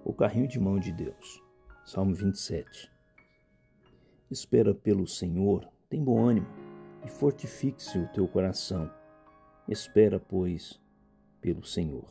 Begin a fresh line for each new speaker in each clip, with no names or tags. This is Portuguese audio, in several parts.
O carrinho de mão de Deus. Salmo 27. Espera pelo Senhor, tem bom ânimo, e fortifique-se o teu coração. Espera, pois, pelo Senhor.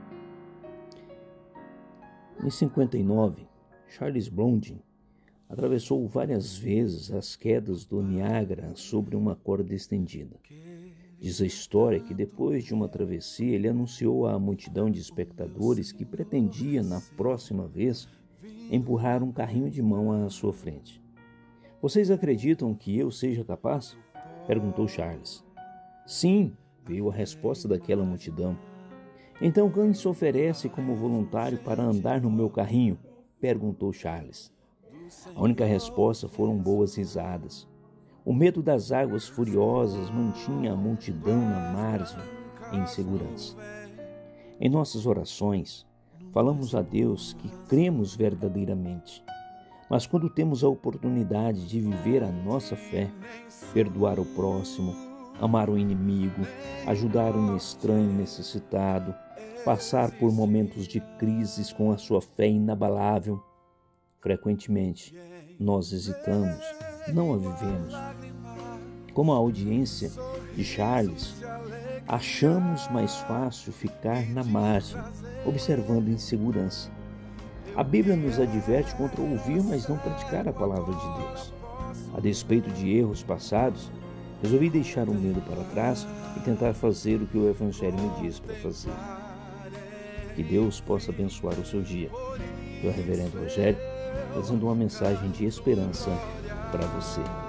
Em 59, Charles Blondin atravessou várias vezes as quedas do Niágara sobre uma corda estendida. Diz a história que depois de uma travessia ele anunciou à multidão de espectadores que pretendia, na próxima vez, empurrar um carrinho de mão à sua frente. "Vocês acreditam que eu seja capaz?" perguntou Charles. "Sim", veio a resposta daquela multidão. "Então quem se oferece como voluntário para andar no meu carrinho?" perguntou Charles. A única resposta foram boas risadas. O medo das águas furiosas mantinha a multidão na margem, em segurança. Em nossas orações, falamos a Deus que cremos verdadeiramente. Mas quando temos a oportunidade de viver a nossa fé, perdoar o próximo, amar o inimigo, ajudar um estranho necessitado, passar por momentos de crises com a sua fé inabalável, frequentemente nós hesitamos, não a vivemos. Como a audiência de Charles, achamos mais fácil ficar na margem, observando em segurança. A Bíblia nos adverte contra ouvir, mas não praticar a palavra de Deus. A despeito de erros passados, resolvi deixar o medo para trás e tentar fazer o que o Evangelho me diz para fazer. Que Deus possa abençoar o seu dia. Eu, Reverendo Rogério, trazendo uma mensagem de esperança para você.